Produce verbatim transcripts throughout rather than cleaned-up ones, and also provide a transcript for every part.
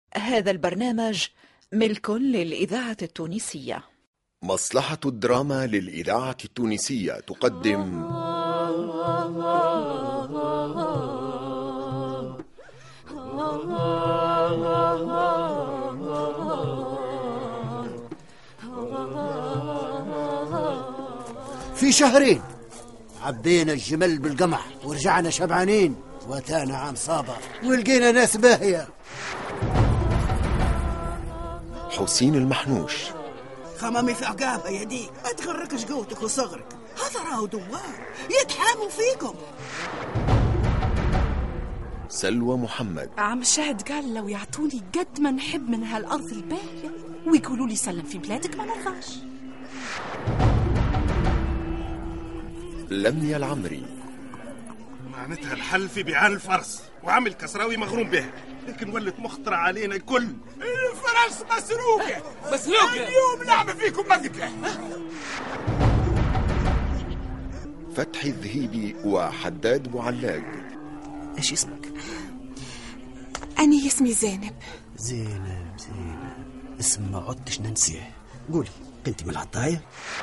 هذا البرنامج ملك للإذاعة التونسية. مصلحة الدراما للإذاعة التونسية تقدم في شهرين عبينا الجمل بالقمح ورجعنا شبعانين، وتانا عام صابر ولقينا ناس باهية. حسين المحنوش. خمامي في عقابة يا ديك، ما تغركش قوتك وصغرك، هذا راهو دوار يتحاموا فيكم. سلوى محمد. عم شاهد قال لو يعطوني قد ما نحب من هالأرض الباهية ويقولوا لي سلم في بلادك ما نرضاش. لميا العمري. معناتها الحل في بيعان الفرس، وعمل كسراوي مغروم بها، لكن ولت مخطرة علينا الكل. الفرس مسروقة مسروقة اليوم لعبة فيكم مقتلة. فتحي الذهيبي وحداد معلاق. ايش اسمك؟ أنا اسمي زينب. زينب زينب اسم ما عدتش ننسيه. قولي كنت من العطاية؟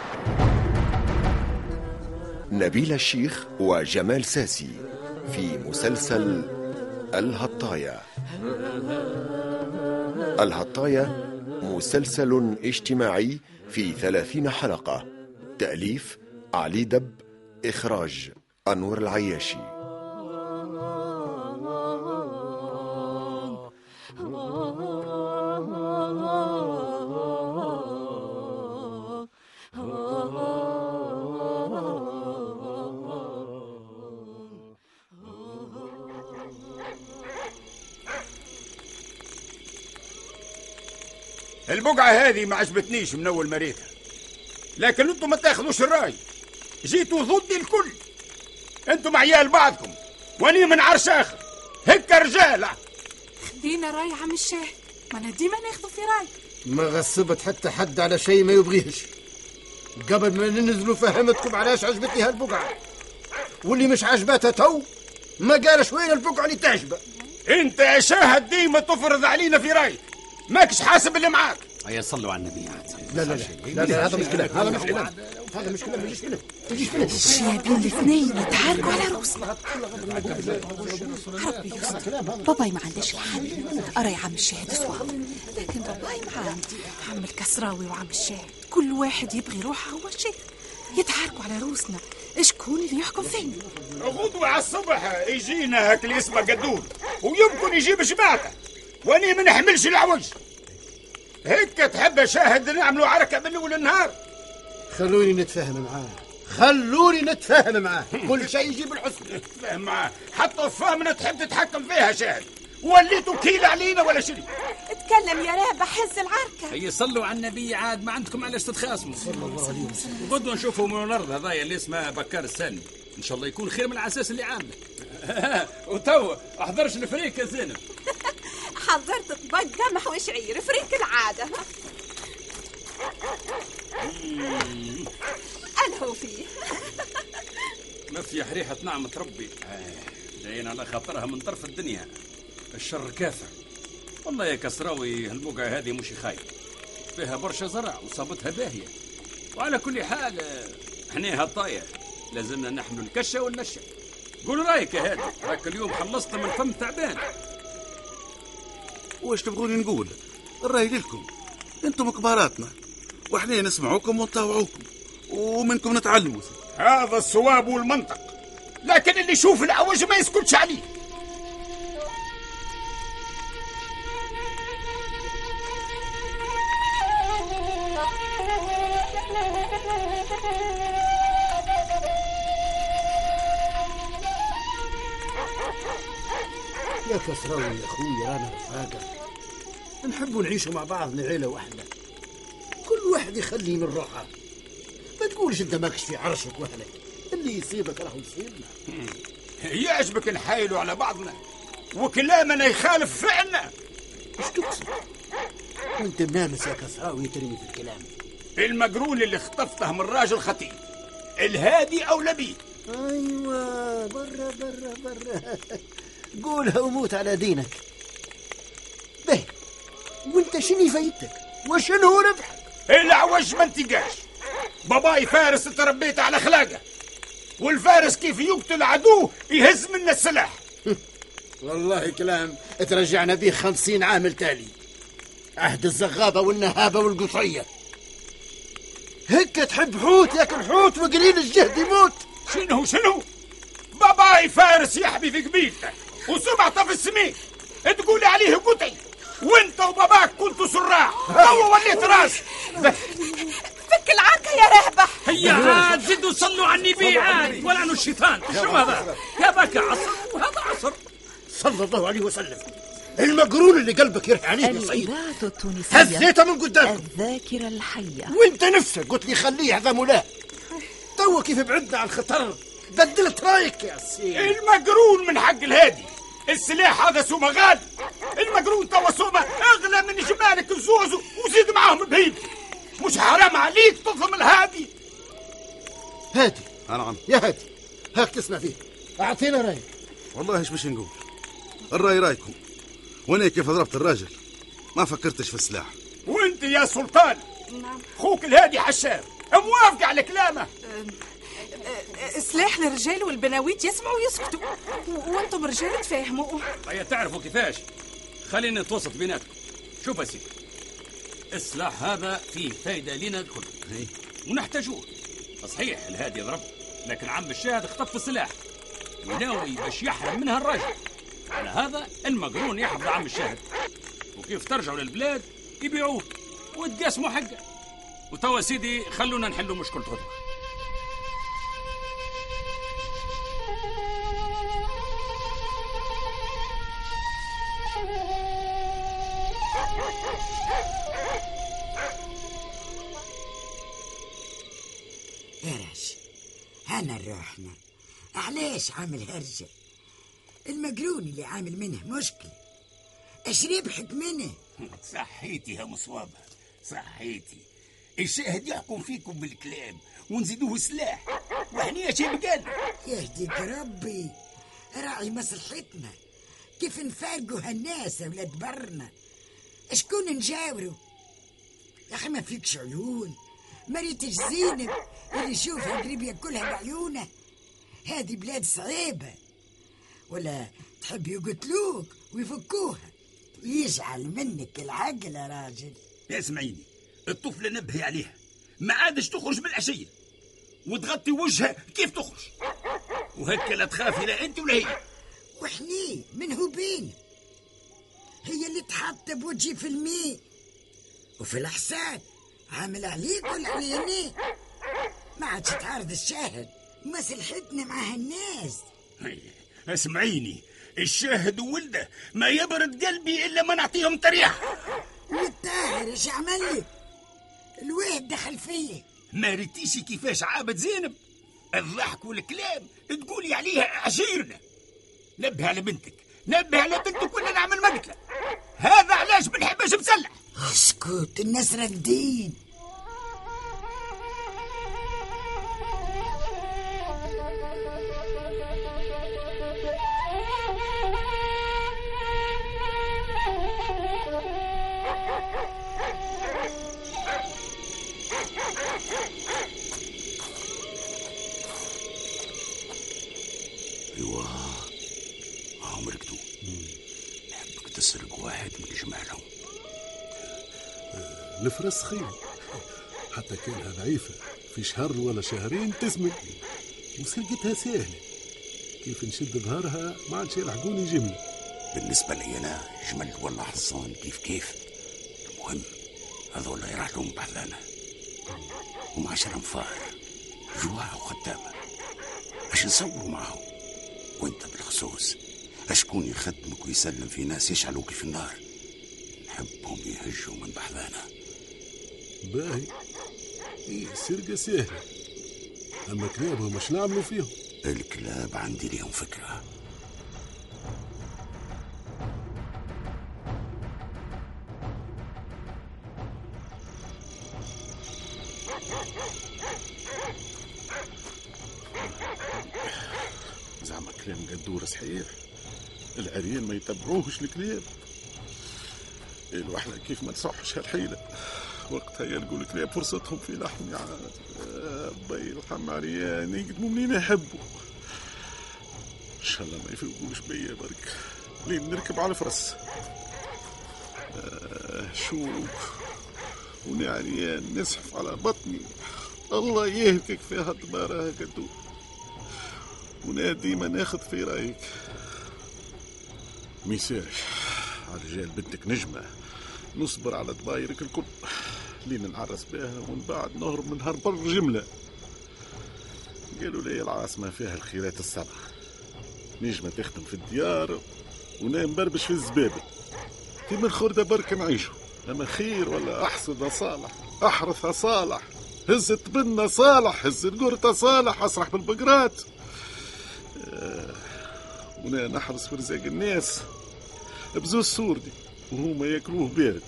نبيل الشيخ وجمال ساسي في مسلسل الهطاية. الهطاية مسلسل اجتماعي في ثلاثين حلقة، تأليف علي دب، إخراج أنور العياشي. البقعة هذه ما عجبتنيش من أول مريتها، لكن أنتم ما تاخذوش الرأي، جيتوا ضدي الكل. أنتم عيال بعضكم وأني من عرش آخر، هيك رجالة. خدينا رأي عم الشاهد، ما أنا ديما ناخذوا في رأي. ما غصبت حتى حد على شيء ما يبغيهش. قبل ما ننزلوا فهمتكم علاش عجبتني هالبقعة، واللي مش عجبتها تو ما قالش وين البقعة اللي تعجبه. أنت يا شاهد ديما تفرض علينا في رأيك، ماكش حاسب اللي معاك. هيا صلوا على النبي. لا لا لا لا هذا مشكلة، هذا مشكلة، هذا مشكلة، ما تجيش منه، تجيش منه. الشيابين الاثنين يتعاركوا على روسنا. ربي يستر. باباي ما عندش الحل، أرى يا عم الشاهد صواب، لكن باباي معاه عم الكسراوي وعم الشاهد، كل واحد يبغي روحه هو الشيخ، يتعاركوا على روسنا. شكون اللي يحكم فينا؟ غدوة على الصبح يجينا هاك اللي اسمه قدود، ويمكن يجيب جماعته، واني ما نحملش العوج. هيك تحب شاهد نعملوا عركة من اول النهار؟ خلوني نتفاهم معاه، خلوني نتفاهم معاه، كل شيء يجيب الحسن. نتفاهم معاه، حتى الفهم تحب تتحكم فيها شاهد، وليتوا كيل علينا ولا شيء. اتكلم يا رابح، حز العركة. هي صلوا على النبي، عاد ما عندكم علاش تتخاصموا. غدوة نشوفوا من الارض هذايا اللي اسمه بكار السالمي، ان شاء الله يكون خير من العساس اللي عامله. وتو احضرش الفريق يا زينب. حضرت طبق قمح وشعير فريق العادة. أنا هو فيه مفيح ريحة نعمة ربي، جايين على خاطرها من طرف الدنيا. الشر كاثر والله يا كسراوي، البقعة هذه مش خايف، فيها برشا زرع وصابتها باهية. وعلى كل حال احنا هالطاية لازمنا نحمل الكشة والنشة. قولوا رايك يا هادي، راك اليوم خلصت من فم تعبان. واش تبغوني نقول؟ الرأي لكم، انتم كباراتنا واحنا نسمعوكم ونطاوعوكم ومنكم نتعلموا. هذا الصواب والمنطق، لكن اللي يشوف العوج ما يسكتش عليه. يا كسراوي يا اخوي، رانا رفاقة، نحبوا نعيشوا مع بعض لعيلة واحدة، كل واحد يخلي من روحه. ما تقولش انت ماكش في عرشك وهلك، اللي يصيبك راح يصيبنا. يعجبك نحايلوا على بعضنا وكلامنا يخالف فعلنا. ايش تقصد؟ وانت منامس يا كسراوي ترمي في الكلام. المقرون اللي خطفته من راجل خطيب، الهادي او لبيه. ايوه برا برا برا قولها وموت على دينك. به وانت شنو فايدتك وشنو ربحك؟ العوج ما انتقاش. باباي فارس تربيت على خلاقه، والفارس كيف يقتل عدوه يهز منا السلاح. والله كلام ترجعنا به خمسين عام التالي، عهد الزغابة والنهابة والقصية. هيك تحب حوت ياكل حوت وقليل الجهد يموت؟ شنو شنو؟ باباي فارس يحبي في قبيلته وسمعته في السمين، تقولي عليه قطعي، وانت وباباك كنتوا سراع. هو وليت راس. فك العنكة يا رهبة. هيا عاد زدوا صلوا على النبي عاد ولعنوا الشيطان. شو هذا؟ يا ذاك عصر وهذا عصر. صلى الله عليه وسلم. المقرون اللي قلبك يرفع عليه يا سيد. الإذاعة التونسية هزيته من قدامك. الذاكرة الحية. وانت نفسك قلت لي خليه يعظم له. تو كيف بعدنا عن الخطر بدلت رايك يا سيد. المقرون من حق الهادي. السلاح هذا سومه غالي. المقرون توا سومه اغلى من جمالك وزوزو وزيد معاهم بهيم. مش حرام عليك تظلم الهادي؟ هادي. نعم يا هادي هاك تسمع فيه، اعطينا رايك. والله ايش باش نقول، الراي رايكم، وانا كيف ضربت الراجل ما فكرتش في السلاح. وانت يا سلطان خوك الهادي حشام موافق على كلامه. سلاح للرجال والبناويت يسمعوا ويسكتوا، وانتم رجال تفاهموا. هيا تعرفوا كيفاش؟ خلينا نتوسط بيناتكم. شوف يا سيدي، السلاح هذا فيه فايدة لنا الكل ونحتاجوه. صحيح الهادي ضرب، لكن عم الشاهد اختطف السلاح وناوي باش يحرم منها الرجل. على هذا المقرون يحفظ عم الشاهد، وكيف ترجعوا للبلاد يبيعوه وتقاسموا حقه. وتوا سيدي خلونا نحلوا مشكلة غدوة. يا راجل هنا روحنا، علاش عامل هرجة؟ المقرون اللي عامل منه مشكلة، اش ربحك منه؟ صحيتي يا مصوابة، صحيتي. الشاهد يحكم فيكم بالكلام ونزيدوه سلاح، وهني اش بقال؟ يهديك ربي، راعي مصلحتنا. كيف نفارقوا هالناس ولاد برنا؟ اشكون نجاوروا؟ يا اخي ما فيكش عيون، مريتش زينب اللي يشوفها قريب ياكلها بعيونه. هذه بلاد صعيبة، ولا تحب يقتلوك ويفكوها؟ يجعل منك العقل يا راجل. اسمعيني، الطفلة نبهي عليها ما عادش تخرج بالعشية وتغطي وجهها كيف تخرج، وهكا لا تخافي لا انت ولا هي. وحني من هو بين هي اللي تحط بوجهي في الماء وفي الحساد، عامل عليك ولا عليني؟ ما عادش تعارض الشاهد، مصلحتنا مع هالناس. اسمعيني، الشاهد وولده ما يبرد قلبي الا ما نعطيهم تريح. والطاهر ايش عمل لي؟ الواحد دخل فيه. ما ريتيشي كيفاش عابد زينب؟ الضحك والكلام تقولي عليها عشيرنا. نبه على بنتك، نبه على بنتك ولا نعمل مقتله. هذا علاش بنحبش مسلح. اسكت، الناس ردين. ايوه هم ركضوا. نحبك تسرق واحد من جمالهم. الفرس خير حتى كانها ضعيفة، في شهر ولا شهرين تسمن، وسرقتها سهلة. كيف نشد ظهرها ما عادش يلحقوني جملة. بالنسبة لي أنا جمل ولا حصان كيف كيف، المهم هذولا يروح لهم بحثانا هم عشر انفار جواها وخدامة. اش نصوروا معهم؟ وانت بالخصوص اشكون يخدمك ويسلم في ناس يشعلوك في النار؟ نحبهم يهجوا من بحثانا. باهي، إيه سرقة سهلة، أما كلابهم مش نعملوا فيهم. الكلاب عندي ليهم فكرة. زعما كلام قدور صحيح، العريان ما يتبعوهش الكلاب. الوحدة كيف ما تصحش هالحيلة، وقتها يلقوا الكلاب فرصتهم في لحمي عاد. ربي يرحم عريان يقدموا منين يحبوا. ان شاء الله ما يفوقوش بيا برك لين نركب على الفرس. آه شوف وني عريان نسحف على بطني. الله يهلكك في هالدبارة هكذا، وانا ديما ناخذ في رايك. ميساش عالرجال بنتك نجمة، نصبر على دبايرك الكل لين نعرس بها ومن بعد نهرب من هرب الجملة. قالوا لي العاصمة فيها الخيرات السبع، نجمة تخدم في الديار ونام بربش في الزبابة. في من خردة برك نعيشوا، أما خير ولا أحصد صالح، أحرث صالح، هز تبنى صالح، هز القرطة صالح، أسرح بالبقرات. آه ونا نحرس في رزاق الناس بزوز سوردي وهما ياكلوه بارد.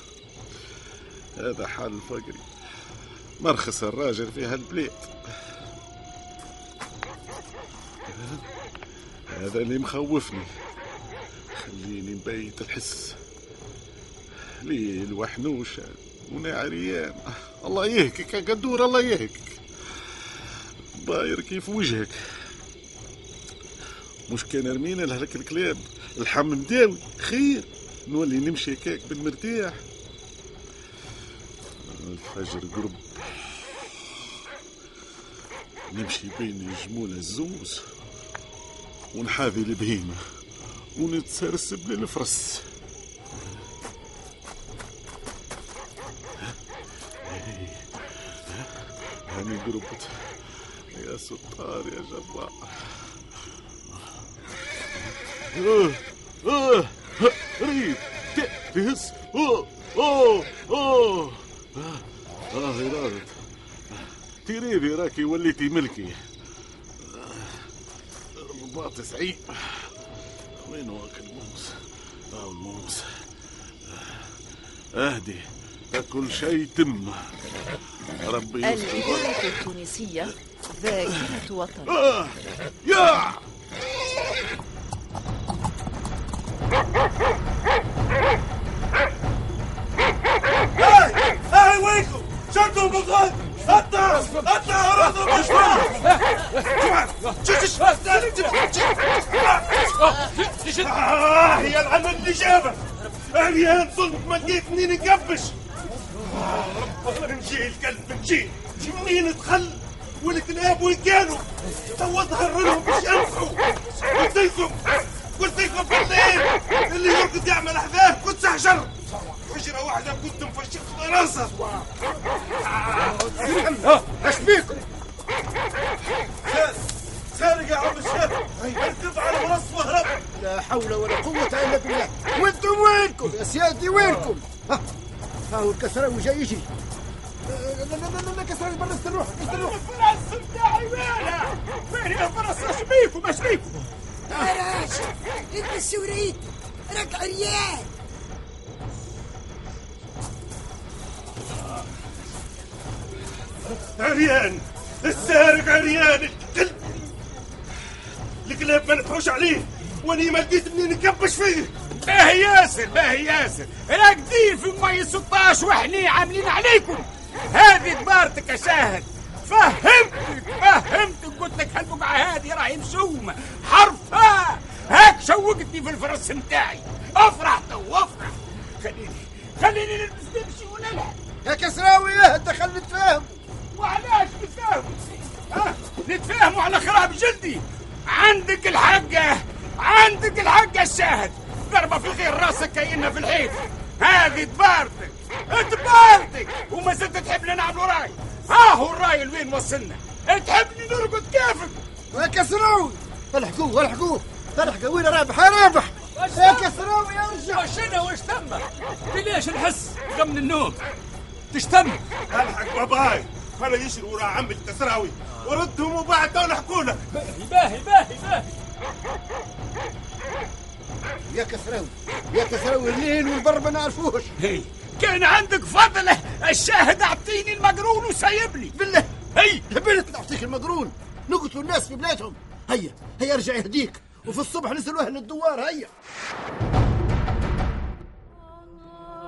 هذا حال الفقري، مرخص الراجل في هالبلاد. هذا اللي مخوفني، خليني نبيت الحس. ليل وحنوشة ونا عريان، الله يهكك يا قدور، الله يهكك. باير كيف وجهك، مش كان رمينا لهلك الكلاب الحم مداوي خير، نولي نمشي هكاك بالمرتاح. الفجر قرب، نمشي بين جمول الزوز ونحاذي البهيمة ونتسرسب للفرس. هاني قربت يا ستار يا جبار. اه اه ريد تهز. اوه اوه اوه اه إرادة تريدي راكي وليتي ملكي. رباط سعيد وين واك الموس؟ اه الموس. اهدي كل شيء تم. ربي الإذاعة التونسية ذاكرة وطن. آه يا هاي هاي وينكم؟ شدوا بغاد اطلع اطلع ارضوا اه يا العمل اللي جابه عريان صلب ما لقيت منين نقبش. رب نجي الكلب نجي منين دخل والكلاب وين كانوا؟ تو ظهر لهم باش ينفعوا. قلت لكم قلت لكم بالليل اللي يرقد يعمل احداث كنت سحشر. حجرة واحدة كنت مفشخ راسه. ايش بيكم؟ سارق يا عم الشيخ، اركب على منص وهرب. لا حول ولا قوة إلا بالله. وانتم وينكم يا سيادي وينكم؟ ها هاو الكسراوي جاي يجري. لا لا لا لا كسراوي برست الروح برست الروح. الفرس بتاعي وينه؟ فين يا فرس؟ ايش بيكم ايش بيكم؟ يا راشد البس وريد راك عريان. عريان السارق عريان الكلب. الكلاب ما نفعوش عليه واني ما لقيت منين نكبش فيه. باهي ياسر باهي ياسر راقدين في مي ستاشر وحني عاملين عليكم. هذه دبارتك يا شاهد. فهمتك فهمتك قلت لك هالبقعة هذه راهي مسومة حرفها. هاك شوقتني في الفرس متاعي. افرح تو افرح. خليني خليني نلبس نمشي ونلعب. يا كسراوي اهدى خلي نتفاهم. وعلاش نتفاهموا؟ ها نتفاهموا على خراب جلدي. عندك الحقة عندك الحقة الشاهد. ضربة في غير راسك كأنها في الحيط. هذه دبارتك دبارتك وما زلت تحب لنا نعملوا راي. ها هو الراي لوين وصلنا. تحبني نرقد كيفك يا كسراوي. الحقوه الحقوه الحقوه وين رابح رابح يا كسراوي يا رجال. وشنا وش تم؟ ليش نحس قبل النوم تشتم؟ الحق باباي هلا يشري ورا عمي الكسراوي وردهم وبعد تو نحكوا لك. باهي باهي باهي. يا كسراوي يا كسراوي الليل والبر ما نعرفوش. هي كان عندك فضله الشاهد اعطيني المقرون وسايبني بالله. هي هبلت نعطيك المقرون. نقتلوا الناس في بلادهم. هيا هيا ارجع يهديك وفي الصبح نسألوا اهل الدوار. هيا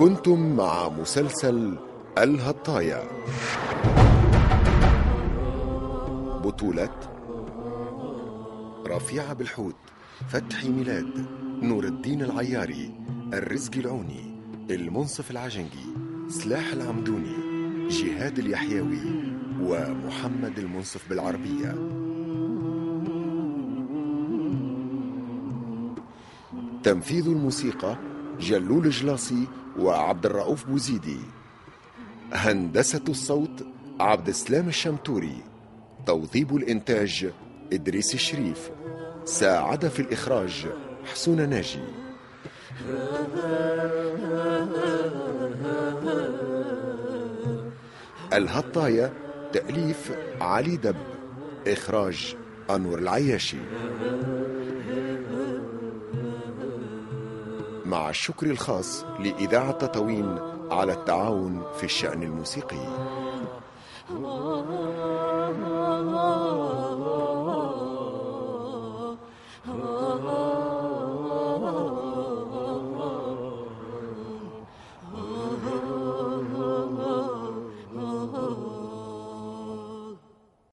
كنتم مع مسلسل الهطاية. بطولة رفيعة بالحوت، فتحي ميلاد، نور الدين العياري، الرزق العوني، المنصف العجنجي، سلاح العمدوني، جهاد اليحيوي، ومحمد المنصف بالعربية. تنفيذ الموسيقى جلول جلاصي وعبد الرؤوف بوزيدي. هندسة الصوت عبد السلام الشمتوري. توظيب الإنتاج إدريس الشريف. ساعد في الإخراج حسون ناجي. الهطاية تأليف علي دب، إخراج أنور العياشي، مع الشكر الخاص لإذاعة تطاوين على التعاون في الشأن الموسيقي.